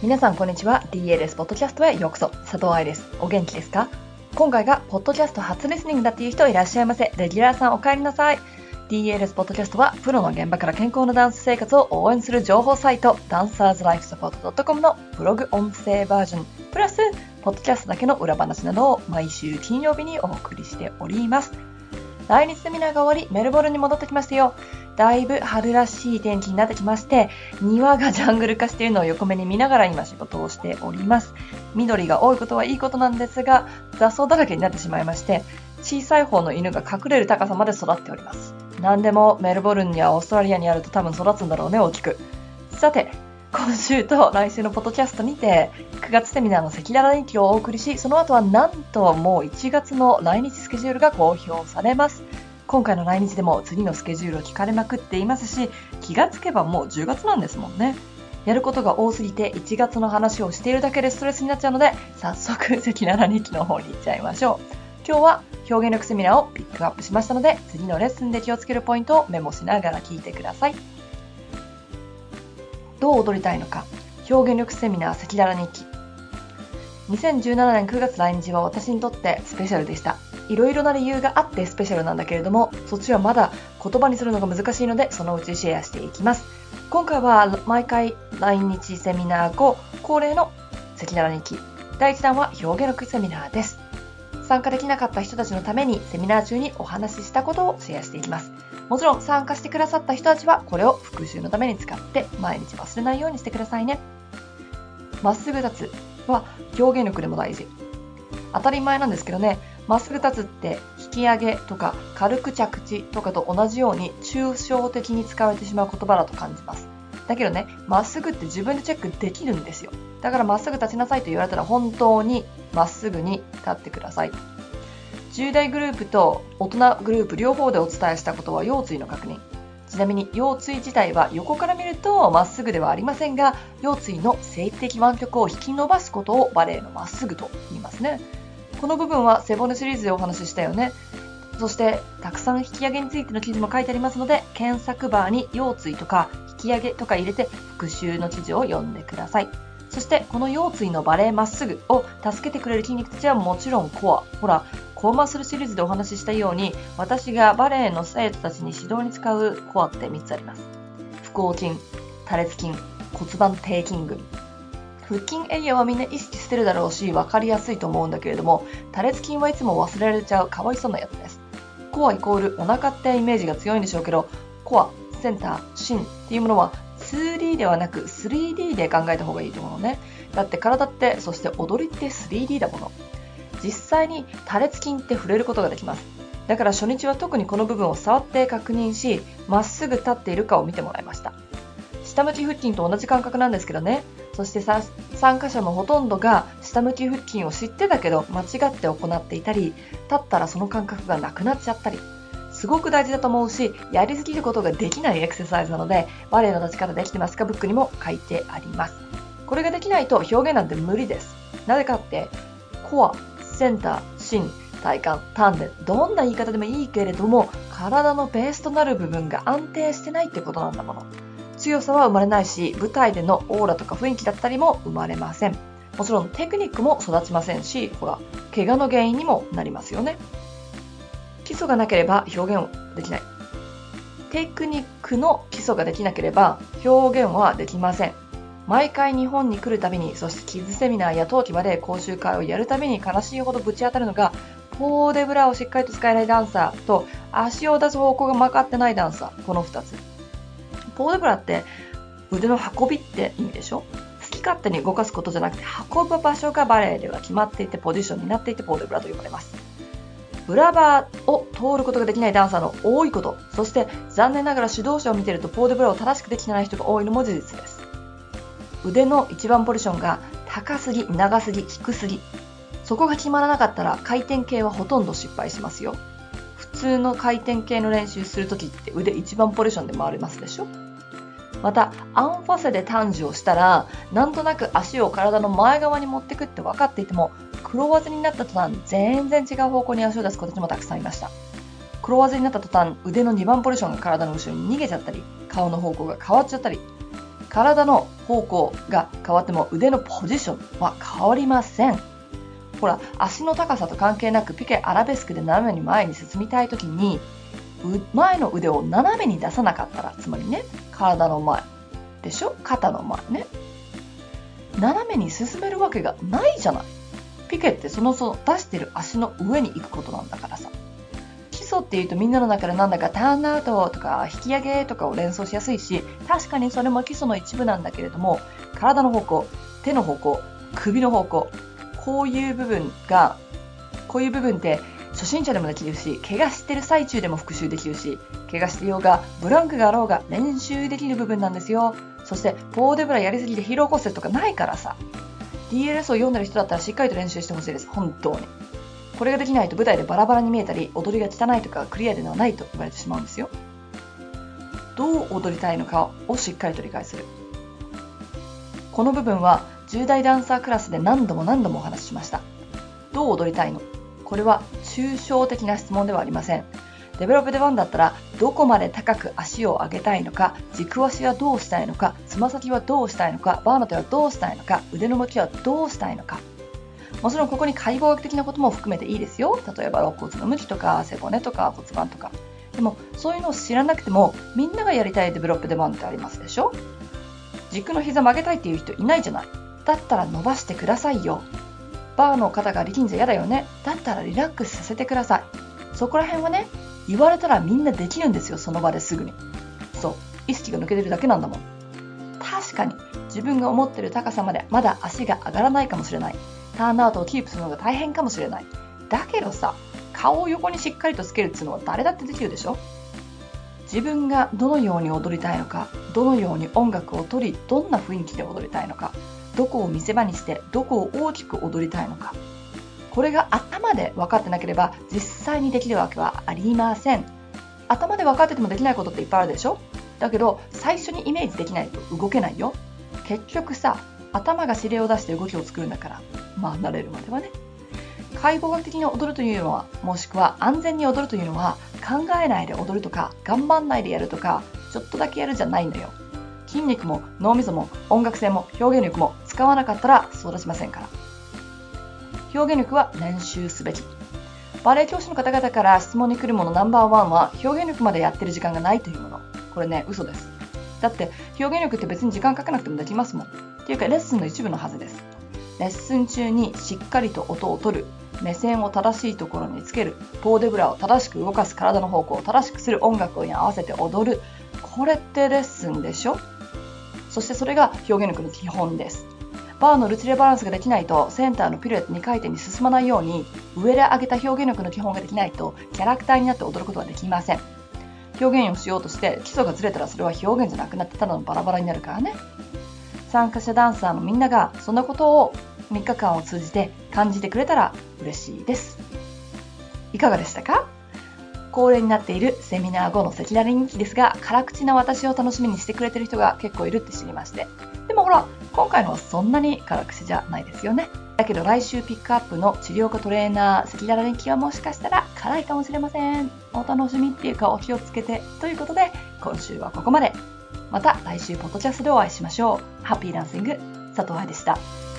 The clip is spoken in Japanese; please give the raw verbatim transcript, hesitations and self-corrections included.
皆さんこんにちは。 ディーエルエス ポッドキャストへようこそ。佐藤愛です。お元気ですか？今回がポッドキャスト初リスニングだっていう人いらっしゃいませ。レギュラーさんお帰りなさい。 ディーエルエス ポッドキャストはプロの現場から健康なダンス生活を応援する情報サイトダンサーズライフサポート .com のブログ音声バージョンプラスポッドキャストだけの裏話などを毎週金曜日にお送りしております。来日セミナーが終わりメルボルンに戻ってきましたよ。だいぶ春らしい天気になってきまして、庭がジャングル化しているのを横目に見ながら今仕事をしております。緑が多いことはいいことなんですが、雑草だらけになってしまいまして、小さい方の犬が隠れる高さまで育っております。何でもメルボルンやオーストラリアにあると多分育つんだろうね、大きく。さて、今週と来週のポッドキャストにてくがつセミナーの赤裸々日記をお送りし、その後はなんともういちがつの来日スケジュールが公表されます。今回の来日でも次のスケジュールを聞かれまくっていますし、気がつけばもうじゅうがつなんですもんね。やることが多すぎていちがつの話をしているだけでストレスになっちゃうので、早速赤裸々日記の方に行っちゃいましょう。今日は表現力セミナーをピックアップしましたので、次のレッスンで気をつけるポイントをメモしながら聞いてください。どう踊りたいのか、表現力セミナー赤裸々日記。にせんじゅうななねんくがつ来日は私にとってスペシャルでした。いろいろな理由があってスペシャルなんだけれども、そっちはまだ言葉にするのが難しいので、そのうちシェアしていきます。今回は毎回来日セミナー後恒例の赤裸々日記。だいいち弾は表現力セミナーです。参加できなかった人たちのためにセミナー中にお話ししたことをシェアしていきます。もちろん参加してくださった人たちはこれを復習のために使って毎日忘れないようにしてくださいね。まっすぐ立つは表現力でも大事。当たり前なんですけどね、まっすぐ立つって引き上げとか軽く着地とかと同じように抽象的に使われてしまう言葉だと感じます。だけどね、まっすぐって自分でチェックできるんですよ。だからまっすぐ立ちなさいと言われたら本当にまっすぐに立ってください。じゅう代グループと大人グループ両方でお伝えしたことは腰椎の確認。ちなみに腰椎自体は横から見るとまっすぐではありませんが、腰椎の静止的湾曲を引き伸ばすことをバレエのまっすぐと言いますね。この部分は背骨シリーズでお話ししたよね。そしてたくさん引き上げについての記事も書いてありますので、検索バーに腰椎とか引き上げとか入れて復習の記事を読んでください。そしてこの腰椎のバレエまっすぐを助けてくれる筋肉たちはもちろんコア。ほら、コアマッスルシリーズでお話ししたように、私がバレエの生徒たちに指導に使うコアってみっつあります。腹横筋、多裂筋、骨盤底筋群。腹筋エリアはみんな意識してるだろうし分かりやすいと思うんだけれども、多裂筋はいつも忘れられちゃうかわいそうなやつです。コアイコールお腹ってイメージが強いんでしょうけど、コア、センター、芯っていうものは ツーディー ではなく スリーディー で考えた方がいいと思うのね。だって体って、そして踊りって スリーディー だもの。実際に多裂筋って触れることができます。だから初日は特にこの部分を触って確認し、まっすぐ立っているかを見てもらいました。下向き腹筋と同じ感覚なんですけどね。そして参加者のほとんどが下向き腹筋を知ってたけど間違って行っていたり、立ったらその感覚がなくなっちゃったり、すごく大事だと思うし、やりすぎることができないエクササイズなので、バレエの立ち方できてますかブックにも書いてあります。これができないと表現なんて無理です。なぜかって、コア、センター、芯、体幹、丹田、どんな言い方でもいいけれども、体のベースとなる部分が安定してないってことなんだもの。強さは生まれないし、舞台でのオーラとか雰囲気だったりも生まれません。もちろんテクニックも育ちませんし、ほら、怪我の原因にもなりますよね。基礎がなければ表現できない。テクニックの基礎ができなければ表現はできません。毎回日本に来るたびに、そしてキッズセミナーや冬季まで講習会をやるたびに悲しいほどぶち当たるのが、ポーデブラをしっかりと使えないダンサーと足を出す方向が曲がってないダンサー、このふたつ。ポーデブラって腕の運びって意味でしょ。好き勝手に動かすことじゃなくて、運ぶ場所がバレエでは決まっていてポジションになっていてポーデブラと呼ばれます。ブラバーを通ることができないダンサーの多いこと、そして残念ながら指導者を見ているとポーデブラを正しくできてない人が多いのも事実です。腕の一番ポジションが高すぎ、長すぎ、低すぎ、そこが決まらなかったら回転系はほとんど失敗しますよ。普通の回転系の練習するときって腕一番ポジションで回りますでしょ。またアンファセでタンジをしたら、なんとなく足を体の前側に持ってくって分かっていても、クロワズになった途端全然違う方向に足を出す子たちもたくさんいました。クロワズになった途端腕のにばんポジションが体の後ろに逃げちゃったり、顔の方向が変わっちゃったり、 体の方向が変わっても腕のポジションは変わりません。ほら、足の高さと関係なくピケアラベスクで斜めに前に進みたいときに、前の腕を斜めに出さなかったら、つまりね、体の前でしょ、肩の前ね、斜めに進めるわけがないじゃない。ピケってそのその出してる足の上に行くことなんだからさ。基礎っていうとみんなの中でなんだかターンアウトとか引き上げとかを連想しやすいし、確かにそれも基礎の一部なんだけれども、体の方向、手の方向、首の方向、こういう部分が、こういう部分って初心者でもできるし、怪我してる最中でも復習できるし、怪我してようがブランクがあろうが練習できる部分なんですよ。そしてポーデブラやりすぎて疲労骨折とかないからさ。ディーエルエス を読んでる人だったらしっかりと練習してほしいです。本当に。これができないと舞台でバラバラに見えたり、踊りが汚いとかクリアではないと言われてしまうんですよ。どう踊りたいのかをしっかりと理解する。この部分はじゅう代ダンサークラスで何度も何度もお話ししました。どう踊りたいの？これは抽象的な質問ではありません。デベロップデワンだったら、どこまで高く足を上げたいのか、軸足はどうしたいのか、つま先はどうしたいのか、バーの手はどうしたいのか、腕の向きはどうしたいのか。もちろんここに解剖学的なことも含めていいですよ。例えば肋骨の向きとか背骨とか骨盤とか。でもそういうのを知らなくても、みんながやりたいデベロップデワンってありますでしょ。軸の膝曲げたいっていう人いないじゃない。だったら伸ばしてくださいよ。バーの肩が力んじゃ嫌だよね。だったらリラックスさせてください。そこら辺はね、言われたらみんなできるんですよ、その場ですぐに。そう、意識が抜けてるだけなんだもん。確かに自分が思ってる高さまでまだ足が上がらないかもしれない。ターンアウトをキープするのが大変かもしれない。だけどさ、顔を横にしっかりとつけるっていうのは誰だってできるでしょ。自分がどのように踊りたいのか、どのように音楽を取り、どんな雰囲気で踊りたいのか、どこを見せ場にしてどこを大きく踊りたいのか、これが頭で分かってなければ実際にできるわけはありません。頭で分かっててもできないことっていっぱいあるでしょ。だけど最初にイメージできないと動けないよ。結局さ、頭が指令を出して動きを作るんだから、まあ慣れるまではね。解剖学的に踊るというのは、もしくは安全に踊るというのは、考えないで踊るとか頑張んないでやるとかちょっとだけやるじゃないんだよ。筋肉も脳みそも音楽性も表現力も使わなかったら育ちませんから。表現力は練習すべき。バレエ教師の方々から質問に来るものナンバーワンは、表現力までやってる時間がないというもの。これね、嘘です。だって表現力って別に時間かけなくてもできますもん。っていうかレッスンの一部のはずです。レッスン中にしっかりと音を取る、目線を正しいところにつける、ポーデブラを正しく動かす、体の方向を正しくする、音楽に合わせて踊る。これってレッスンでしょ。そしてそれが表現力の基本です。バーのルチレバランスができないと、センターのピルエットに回転に進まないように、上で上げた表現力の基本ができないと、キャラクターになって踊ることはできません。表現をしようとして基礎がずれたら、それは表現じゃなくなってただのバラバラになるからね。参加者ダンサーのみんながそのことをみっかかんを通じて感じてくれたら嬉しいです。いかがでしたか？恒例になっているセミナー後の赤裸々日記ですが、辛口な私を楽しみにしてくれてる人が結構いるって知りまして。でもほら、今回のはそんなに辛口じゃないですよね。だけど来週ピックアップの治療科トレーナー赤裸々日記はもしかしたら辛いかもしれません。お楽しみっていうかお気をつけてということで、今週はここまで。また来週ポッドキャストでお会いしましょう。ハッピーダンシング、佐藤愛でした。